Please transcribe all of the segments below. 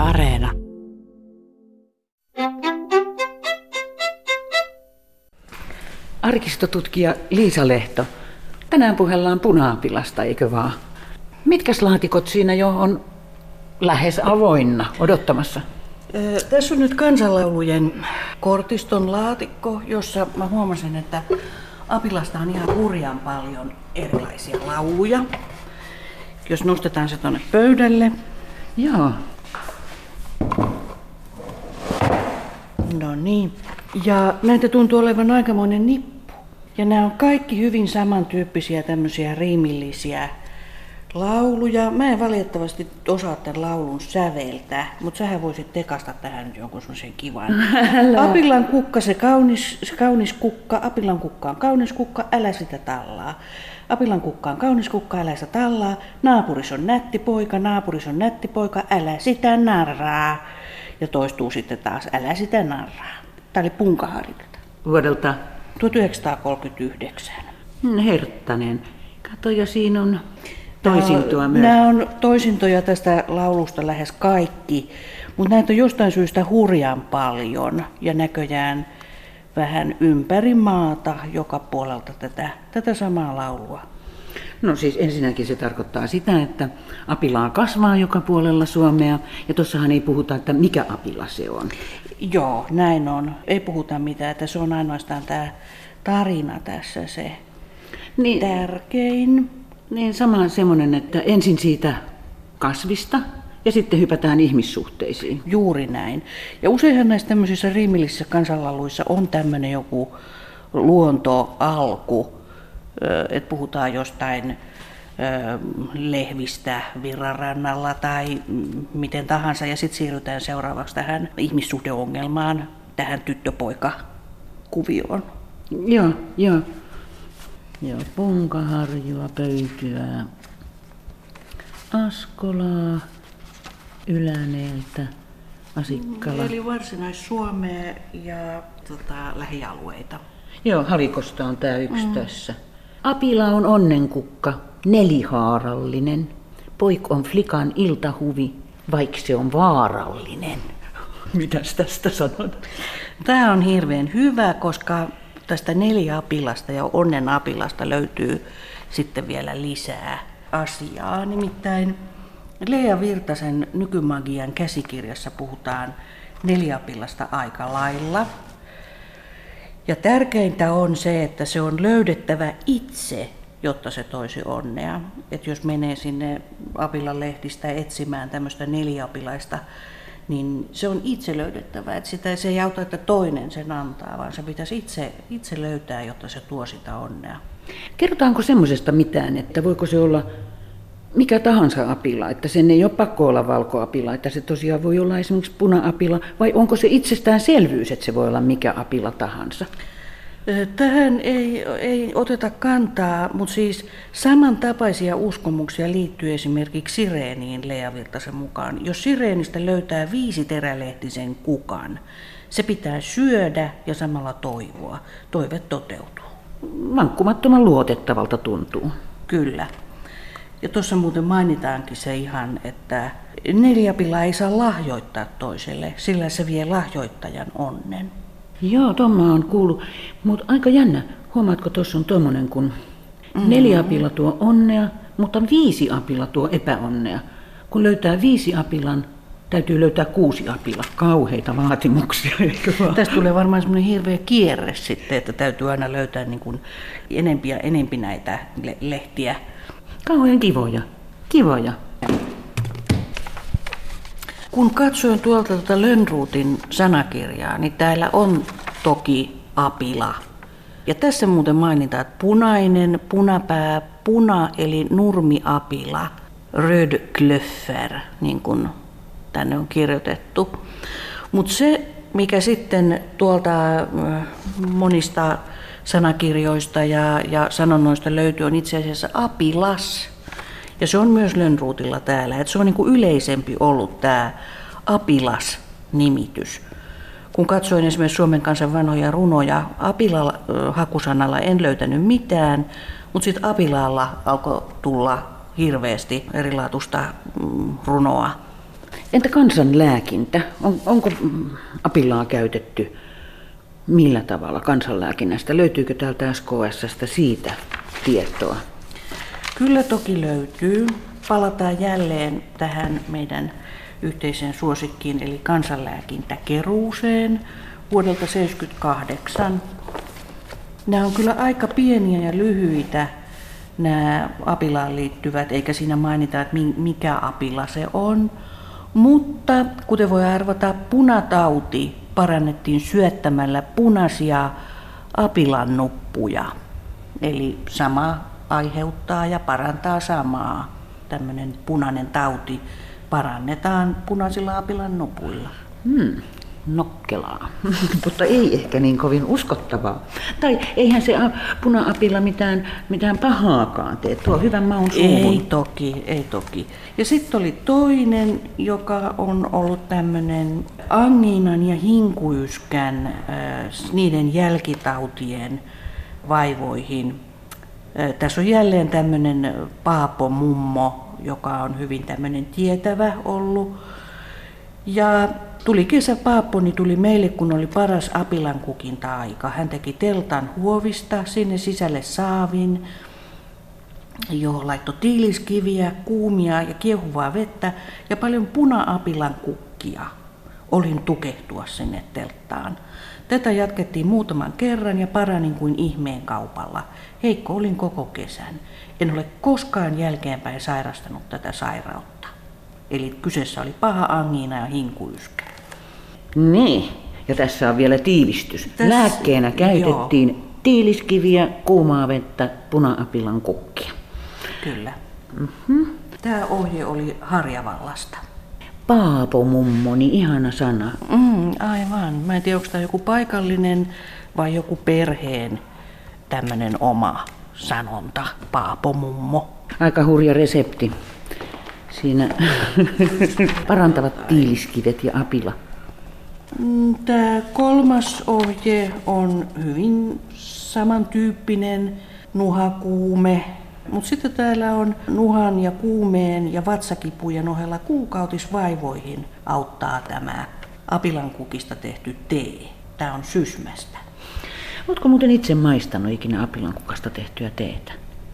Areena. Arkistotutkija Liisa Lehto. Tänään puhellaan Puna-apilasta, eikö vaan? Mitkäs laatikot siinä jo on lähes avoinna odottamassa? Tässä on nyt kansanlaulujen kortiston laatikko, jossa mä huomasin, että apilasta on ihan hurjan paljon erilaisia lauluja. Jos nostetaan se tuonne pöydälle. Joo. No niin. Ja näitä tuntuu olevan aikamoinen nippu. Ja nämä on kaikki hyvin samantyyppisiä tämmöisiä riimillisiä lauluja. Mä en valitettavasti osaa tämän laulun säveltää, mutta sähän voisit tekasta tähän nyt jonkun semmoisen kivan. Apilan kukka, se kaunis kukka, apilan kukka on kaunis kukka, älä sitä tallaa. Apilan kukka on kaunis kukka, älä sitä tallaa. Naapuris on nätti poika, älä sitä narraa. Ja toistuu sitten taas, älä sitä narraa. Tämä oli Punkaharjulta. Vuodelta 1939. Herttanen. Kato, ja siinä on toisintoa myös. Nämä on toisintoja tästä laulusta lähes kaikki, mutta näitä on jostain syystä hurjan paljon ja näköjään vähän ympäri maata joka puolelta tätä samaa laulua. No siis ensinnäkin se tarkoittaa sitä, että apilaa kasvaa joka puolella Suomea, ja tuossahan ei puhuta, että mikä apila se on. Joo, näin on. Ei puhuta mitään, että se on ainoastaan tämä tarina tässä se tärkein. Niin sama semmoinen, että ensin siitä kasvista ja sitten hypätään ihmissuhteisiin. Juuri näin. Ja useinhan näissä tämmöisissä riimillisissä kansanlauluissa on tämmöinen joku luontoalku, että puhutaan jostain lehvistä virranrannalla tai miten tahansa, ja sitten siirrytään seuraavaksi tähän ihmissuhdeongelmaan, tähän tyttöpoika-kuvioon. Joo, Punkaharjua, Pöytyä, Askolaa, Yläneeltä, Asikkala. Eli Varsinais-Suomea ja lähialueita. Joo, Halikosta on tää yksi tässä. Apila on onnenkukka, nelihaarallinen. Poik on flikan iltahuvi, vaik se on vaarallinen. Mitäs tästä sanot? Tämä on hirveän hyvä, koska tästä neliapilasta ja onnenapilasta löytyy sitten vielä lisää asiaa. Nimittäin Leija Virtasen Nykymagian käsikirjassa puhutaan neliapilasta aika lailla. Ja tärkeintä on se, että se on löydettävä itse, jotta se toisi onnea. Että jos menee sinne apilan lehdistä etsimään tämmöistä neliapilaista, niin se on itse löydettävä. Että se ei auta, että toinen sen antaa, vaan se pitäisi itse löytää, jotta se tuo sitä onnea. Kerrotaanko semmoisesta mitään, että voiko se olla mikä tahansa apila, että sen ei ole pakko olla valkoapila, että se tosiaan voi olla esimerkiksi puna-apila, vai onko se itsestäänselvyys, että se voi olla mikä apila tahansa? Tähän ei oteta kantaa, mutta siis samantapaisia uskomuksia liittyy esimerkiksi sireeniin Leija Virtasen mukaan. Jos sireenistä löytää 5 terälehtisen kukan, se pitää syödä ja samalla toivoa. Toive toteutuu. Vankkumattoman luotettavalta tuntuu. Kyllä. Ja tuossa muuten mainitaankin se ihan, että neliapila ei saa lahjoittaa toiselle, sillä se vie lahjoittajan onnen. Joo, tomma on kuullut, mutta aika jännä. Huomaatko, tuossa on tommonen, kun 4 apila tuo onnea, mutta 5 apila tuo epäonnea. Kun löytää 5 apilan, täytyy löytää 6 apila. Kauheita vaatimuksia, eikö vaan? Tästä tulee varmaan semmoinen hirveä kierre sitten, että täytyy aina löytää niin kuin enempi ja enempi näitä lehtiä. Kauhean kivoja. Kun katsoin tuolta Lönnrotin sanakirjaa, niin täällä on toki apila. Ja tässä muuten mainitaan, että punainen, punapää, puna eli nurmiapila, rödklöffer, niin kuin tänne on kirjoitettu. Mutta se, mikä sitten tuolta monista sanakirjoista ja sanonnoista löytyy, on itse asiassa apilas. Ja se on myös Lönnrotilla täällä, että se on niin kuin yleisempi ollut tämä apilas-nimitys. Kun katsoin esimerkiksi Suomen kansan vanhoja runoja, apila-hakusanalla en löytänyt mitään, mutta sitten apilalla alkoi tulla hirveästi erilaatuista runoa. Entä kansanlääkintä? Onko apilaa käytetty millä tavalla kansanlääkinnästä? Löytyykö täältä SKS:stä siitä tietoa? Kyllä toki löytyy. Palataan jälleen tähän meidän yhteiseen suosikkiin eli kansanlääkintäkeruuseen vuodelta 1978. Nämä on kyllä aika pieniä ja lyhyitä nämä apilaan liittyvät, eikä siinä mainita, että mikä apila se on. Mutta kuten voi arvata, punatauti parannettiin syöttämällä punaisia apilannuppuja. Eli sama aiheuttaa ja parantaa samaa. Tämmöinen punainen tauti parannetaan punaisilla apilannupuilla. Nokkelaa, mutta ei ehkä niin kovin uskottavaa. Tai eihän se puna-apilla mitään pahaakaan tee, tuo hyvän maun suuhun. Ei toki. Ja sitten oli toinen, joka on ollut tämmöinen angiinan ja hinkuyskän, niiden jälkitautien vaivoihin. Tässä on jälleen tämmöinen Paapo mummo, joka on hyvin tämmöinen tietävä ollut. Ja tuli Paappo, niin tuli meille, kun oli paras apilankukinta-aika. Hän teki teltan huovista, sinne sisälle saavin, johon laittoi tiiliskiviä, kuumia ja kiehuvaa vettä ja paljon puna-apilan kukkia. Olin tukehtua sinne telttaan. Tätä jatkettiin muutaman kerran ja paranin kuin ihmeen kaupalla. Heikko olin koko kesän. En ole koskaan jälkeenpäin sairastanut tätä sairautta. Eli kyseessä oli paha angiina ja hinkuyyskä. Niin, ja tässä on vielä tiivistys. Lääkkeenä käytettiin tiiliskiviä, kuumaa vettä, puna-apilan kukkia. Kyllä. Tämä ohje oli Harjavallasta. Paapo mummo, niin ihana sana. Aivan. Mä en tiedä, onko tämä joku paikallinen vai joku perheen tämmöinen oma sanonta, Paapo mummo. Aika hurja resepti. Siinä parantavat tiiliskivet ja apila. Tämä kolmas ohje on hyvin samantyyppinen, nuhakuume. Mutta sitten täällä on nuhan ja kuumeen ja vatsakipujen ohella kuukautisvaivoihin auttaa tämä apilankukista tehty tee. Tämä on Sysmästä. Oletko muuten itse maistanut ikinä apilankukasta tehtyä teetä?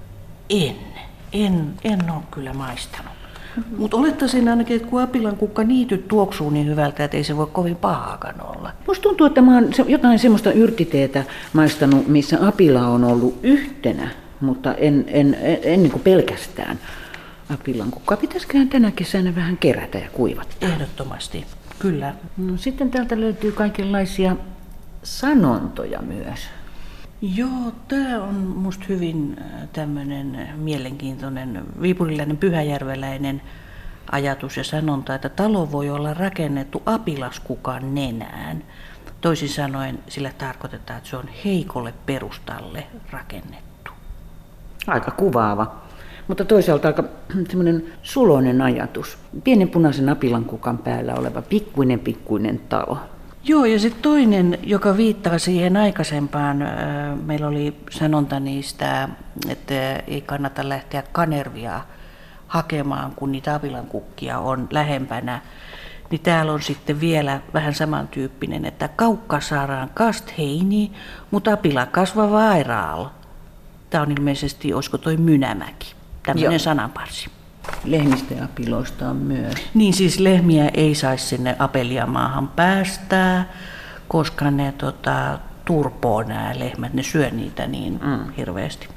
En ole kyllä maistanut. Mutta olettaisin ainakin, että kun apilankukka niityt tuoksuu niin hyvältä, että ei se voi kovin pahaakaan olla. Musta tuntuu, että mä oon jotain semmoista yrttiteetä maistanut, missä apila on ollut yhtenä, mutta en niin kuin pelkästään apilankukkaa. Pitäisiköhän tänä kesänä vähän kerätä ja kuivattaa? Ehdottomasti, kyllä. No, sitten täältä löytyy kaikenlaisia sanontoja myös. Joo, tämä on musta hyvin tämmöinen mielenkiintoinen viipurilainen pyhäjärveläinen ajatus ja sanonta, että talo voi olla rakennettu apilaskukan nenään. Toisin sanoen sillä tarkoitetaan, että se on heikolle perustalle rakennettu. Aika kuvaava, mutta toisaalta aika semmoinen suloinen ajatus. Pienen punaisen apilankukan päällä oleva pikkuinen talo. Joo, ja sitten toinen, joka viittaa siihen aikaisempaan, meillä oli sanonta niistä, että ei kannata lähteä Kanervia hakemaan, kun niitä apilankukkia on lähempänä. Niin täällä on sitten vielä vähän samantyyppinen, että kaukka saadaan kast heini, mutta apila kasvaa vairaal. Tämä on ilmeisesti, olisiko toi Mynämäki, tämmöinen sananparsi. Lehmistä ja apiloista on myös. Niin siis lehmiä ei saisi sinne apeliamaahan päästää, koska ne turpoo nämä lehmät, ne syö niitä niin hirveästi.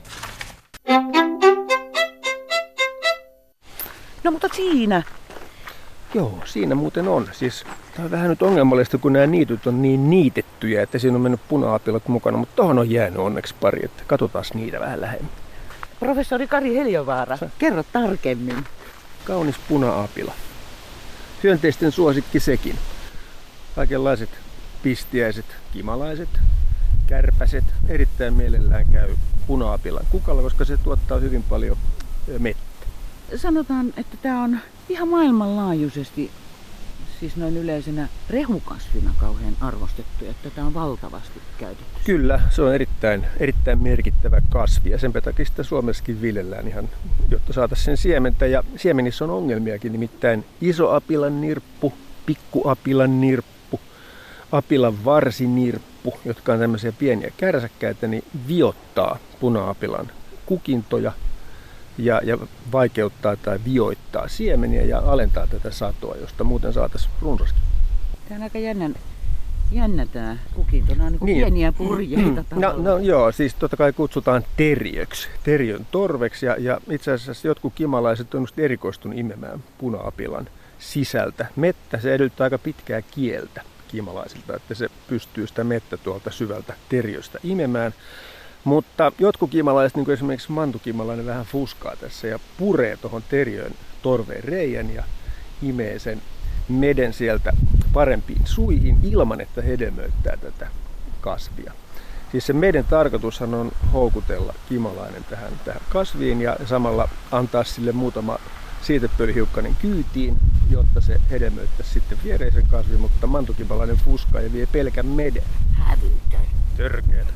No mutta siinä. Joo, siinä muuten on. Siis tämä on vähän nyt ongelmallista, kun nämä niityt on niin niitettyjä, että siinä on mennyt puna-apilat mukana, mutta tohon on jäänyt onneksi pari, että katsotaan niitä vähän lähemmin. Professori Kari Heliovaara, kerro tarkemmin. Kaunis puna-apila. Hyönteisten suosikki sekin. Kaikenlaiset pistiäiset, kimalaiset, kärpäset erittäin mielellään käy puna-apilan kukalla, koska se tuottaa hyvin paljon mettä. Sanotaan, että tämä on ihan maailmanlaajuisesti siis noin yleisenä rehukasvina kauhean arvostettu, että tätä on valtavasti käytetty. Kyllä, se on erittäin merkittävä kasvi ja sen takia sitä Suomessakin viljellään ihan, jotta saataisiin sen siementä. Ja siemenissä on ongelmiakin, nimittäin isoapilan nirppu, pikkuapilan nirppu, apilan varsinirppu, jotka on tämmöisiä pieniä kärsäkkäitä, niin viottaa puna-apilan kukintoja ja vaikeuttaa tai vioittaa siemeniä ja alentaa tätä satoa, josta muuten saataisiin runsaskin. Tämä on aika jännä tämä kukinto. Nämä on niin pieniä purjeita tavallaan. No joo, siis totta kai kutsutaan teriöksi, teriön torveksi ja itse asiassa jotkut kimalaiset on just erikoistunut imemään puna-apilan sisältä. Mettä, se edellyttää aika pitkää kieltä kimalaisilta, että se pystyy sitä mettä tuolta syvältä teriöstä imemään. Mutta jotkut kimalaiset, niin kuin esimerkiksi mantukimalainen, vähän fuskaa tässä ja puree tuohon teriön torveen reijän ja imee sen meden sieltä parempiin suihin ilman, että hedelmöittää tätä kasvia. Siis se meden tarkoitushan on houkutella kimalainen tähän kasviin ja samalla antaa sille muutama siitepölyhiukkanen kyytiin, jotta se hedelmöittäisi sitten viereisen kasvin, mutta mantukimalainen fuskaa ja vie pelkän meden. Hävytön. Törkeetä.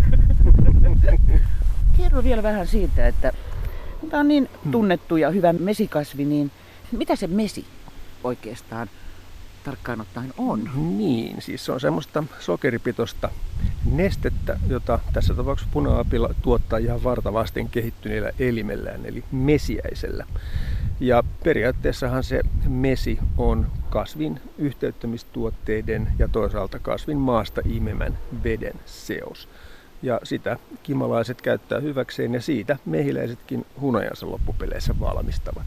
Kerro vielä vähän siitä, että tämä on niin tunnettu ja hyvä mesikasvi, niin mitä se mesi oikeastaan tarkkaan ottaen on? Niin, siis se on semmoista sokeripitoista nestettä, jota tässä tapauksessa puna-apila tuottaa ihan vartavasten kehittyneellä elimellään, eli mesiäisellä. Ja periaatteessahan se mesi on kasvin yhteyttämistuotteiden ja toisaalta kasvin maasta imemän veden seos. Ja sitä kimalaiset käyttää hyväkseen ja siitä mehiläisetkin hunajansa loppupeleissä valmistavat.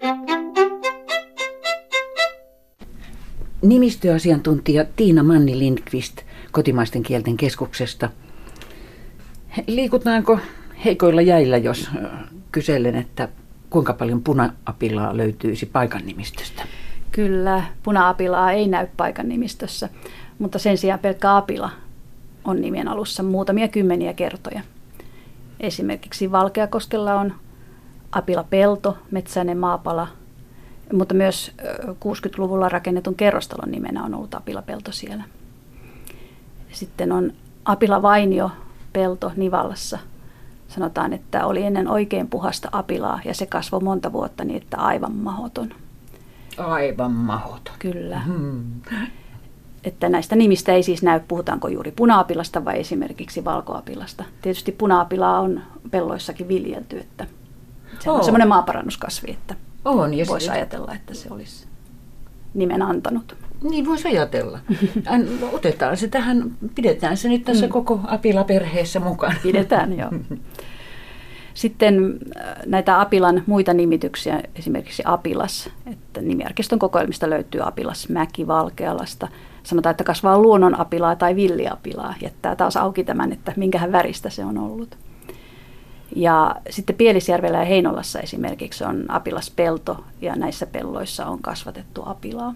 Nimistöasiantuntija Tiina Manni-Lindqvist Kotimaisten kielten keskuksesta. Liikutaanko heikoilla jäillä, jos kyselen, että kuinka paljon puna-apilaa löytyisi paikan nimistöstä? Kyllä, puna-apilaa ei näy paikan nimistössä, mutta sen sijaan pelkkä apila on nimen alussa muutamia kymmeniä kertoja. Esimerkiksi Valkeakoskella on apilapelto, metsäinen maapala, mutta myös 60-luvulla rakennetun kerrostalon nimenä on ollut apilapelto siellä. Sitten on apilavainio pelto Nivallassa. Sanotaan, että oli ennen oikein puhasta apilaa ja se kasvoi monta vuotta niin, että aivan mahoton. Aivan mahoton. Kyllä. Että näistä nimistä ei siis näy, puhutaanko juuri puna-apilasta vai esimerkiksi valkoapilasta. Tietysti puna-apilaa on pelloissakin viljelty, että se on semmoinen maaparannuskasvi, että voisi ajatella, että se olisi nimen antanut. Niin voisi ajatella. Otetaan se tähän, pidetään se nyt tässä koko apilaperheessä mukana. Pidetään, joo. Sitten näitä apilan muita nimityksiä, esimerkiksi apilas, että nimiarkiston kokoelmista löytyy apilasmäki Valkealasta. Sanotaan, että kasvaa luonnonapilaa tai villiapilaa. Jättää taas auki tämän, että minkähän väristä se on ollut. Ja sitten Pielisjärvellä ja Heinolassa esimerkiksi on apilaspelto ja näissä pelloissa on kasvatettu apilaa.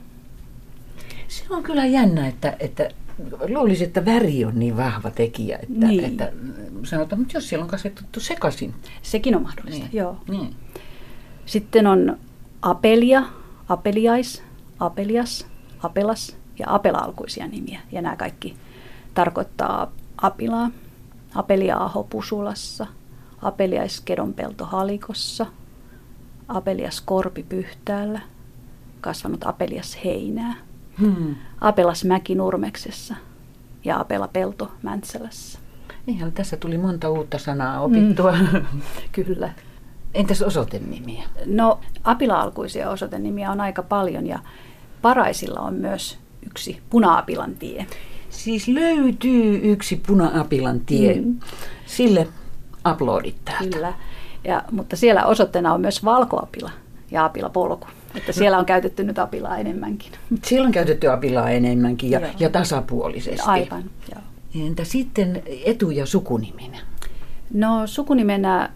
Se on kyllä jännä, että luulisin, että väri on niin vahva tekijä, että sanotaan, mutta jos siellä on kasvatettu sekaisin. Sekin on mahdollista, niin. joo. Niin. Sitten on apelia, apeliais, apelias, apelas ja apela-alkuisia nimiä. Ja nämä kaikki tarkoittaa apilaa. Apelia-aho Pusulassa, apeliaiskedonpelto Halikossa, apeliaskorpi Pyhtäällä, kasvanut apeliasheinää, apelasmäki Nurmeksessa ja apelapelto Mäntsälässä. Ihan tässä tuli monta uutta sanaa opittua. Kyllä. Entäs osoitenimiä? No, apila-alkuisia osoitenimiä on aika paljon ja Paraisilla on myös yksi Puna-apilan tie. Siis löytyy yksi Puna-apilan tie. Sille aplodit täältä. Kyllä, mutta siellä osoitteena on myös valkoapila ja apilapolku. Että siellä on käytetty nyt apilaa enemmänkin. Siellä on käytetty apilaa enemmänkin ja tasapuolisesti. Aivan, joo. Entä sitten etu- ja sukunimenä? No sukunimenä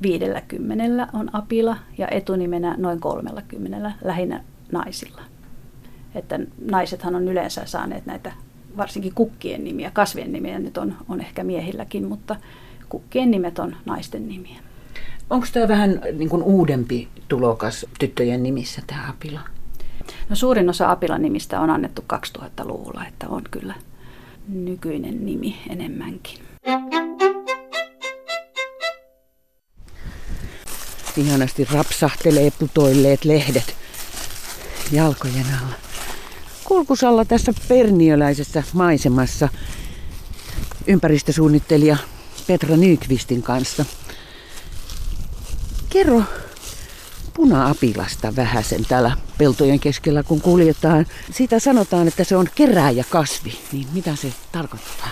50 on apila ja etunimenä noin 30, lähinnä naisilla. Että naisethan on yleensä saaneet näitä varsinkin kukkien nimiä, kasvien nimiä nyt on ehkä miehilläkin, mutta kukkien nimet on naisten nimiä. Onko tämä vähän niin kuin uudempi tulokas tyttöjen nimissä tämä apila? No suurin osa apilan nimistä on annettu 2000-luvulla, että on kyllä nykyinen nimi enemmänkin. Ihanasti rapsahtelee putoilleet lehdet jalkojen alla. Kulkusalla tässä perniöläisessä maisemassa ympäristösuunnittelija Petra Nyqvistin kanssa. Kerro puna-apilasta vähäsen täällä peltojen keskellä, kun kuljetaan. Siitä sanotaan, että se on kerääjäkasvi. Niin mitä se tarkoittaa?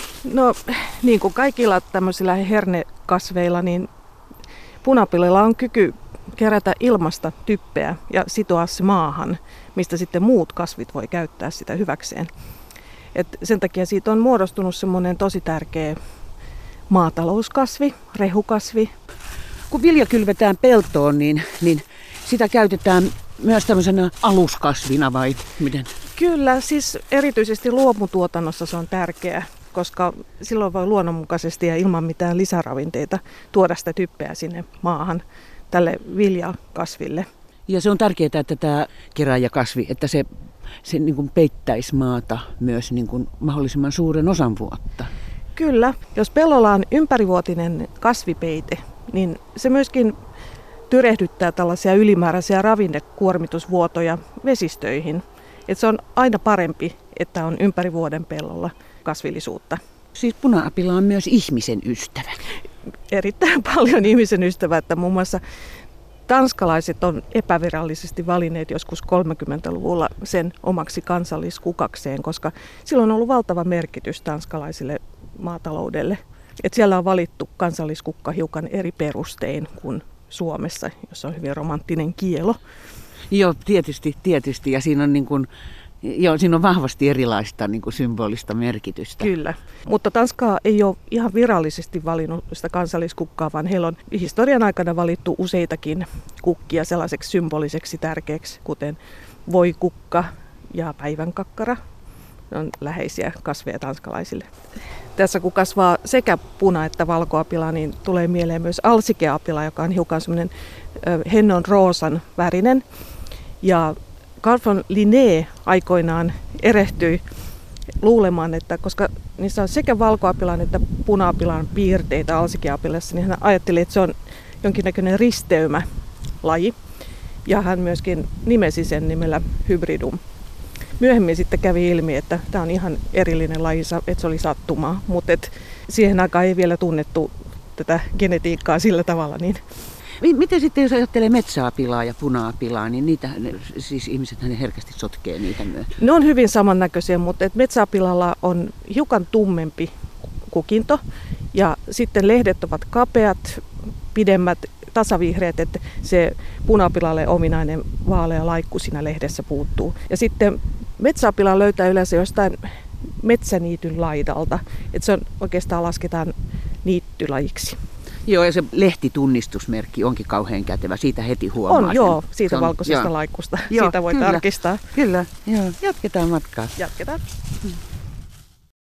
No niin kuin kaikilla tämmöisillä hernekasveilla, niin puna-apilalla on kyky kerätä ilmasta typpeä ja sitoa se maahan, mistä sitten muut kasvit voi käyttää sitä hyväkseen. Et sen takia siitä on muodostunut semmoinen tosi tärkeä maatalouskasvi, rehukasvi. Kun vilja kylvetään peltoon, niin sitä käytetään myös tämmöisenä aluskasvina vai miten? Kyllä, siis erityisesti luomutuotannossa se on tärkeää, koska silloin voi luonnonmukaisesti ja ilman mitään lisäravinteita tuoda sitä typpeä sinne maahan tälle viljakasville. Ja se on tärkeää, että tämä kerääjäkasvi, että se niin kuin peittäisi maata myös niin kuin mahdollisimman suuren osan vuotta. Kyllä, jos pellolla on ympärivuotinen kasvipeite, niin se myöskin tyrehdyttää tällaisia ylimääräisiä ravinnekuormitusvuotoja vesistöihin. Et se on aina parempi, että on ympäri vuoden pellolla kasvillisuutta. Siis puna-apila on myös ihmisen ystävä. Erittäin paljon ihmisen ystävä, että muun muassa tanskalaiset on epävirallisesti valinneet joskus 30-luvulla sen omaksi kansalliskukakseen, koska sillä on ollut valtava merkitys tanskalaisille maataloudelle. Et siellä on valittu kansalliskukka hiukan eri perustein kuin Suomessa, jossa on hyvin romanttinen kielo. Joo, tietysti. Ja siinä on, siinä on vahvasti erilaista symbolista merkitystä. Kyllä, mutta Tanskaa ei ole ihan virallisesti valinnut sitä kansalliskukkaa, vaan heillä on historian aikana valittu useitakin kukkia sellaiseksi symboliseksi tärkeäksi, kuten voikukka ja päivänkakkara. Ne on läheisiä kasveja tanskalaisille. Tässä kun kasvaa sekä puna- että valkoapila, niin tulee mieleen myös alsikeapila, joka on hiukan semmoinen hennon roosan värinen. Ja Carl von Linné aikoinaan erehtyi luulemaan, että koska niissä on sekä valkoapilan että puna-apilan piirteitä alsikeapilassa, niin hän ajatteli, että se on jonkinnäköinen risteymälaji. Ja hän myöskin nimesi sen nimellä hybridum. Myöhemmin sitten kävi ilmi, että tämä on ihan erillinen laji, että se oli sattumaa, mutta siihen aikaan ei vielä tunnettu tätä genetiikkaa sillä tavalla. Niin. Miten sitten, jos ajattelee metsäapilaa ja puna-apilaa, niin siis ihmisethän herkästi sotkee niitä myös? Ne on hyvin samannäköisiä, mutta metsäapilalla on hiukan tummempi kukinto ja sitten lehdet ovat kapeat, pidemmät, tasavihreät, että se puna-apilalle ominainen vaalea laikku siinä lehdessä puuttuu. Ja sitten metsäapila löytää yleensä jostain metsäniityn laidalta, että se on oikeastaan lasketaan niittylajiksi. Joo, ja se lehtitunnistusmerkki onkin kauhean kätevä. Siitä heti huomaa on, sen. joo, siitä valkoisesta laikusta. Siitä voi tarkistaa. Kyllä, joo. Jatketaan matkaa. Jatketaan.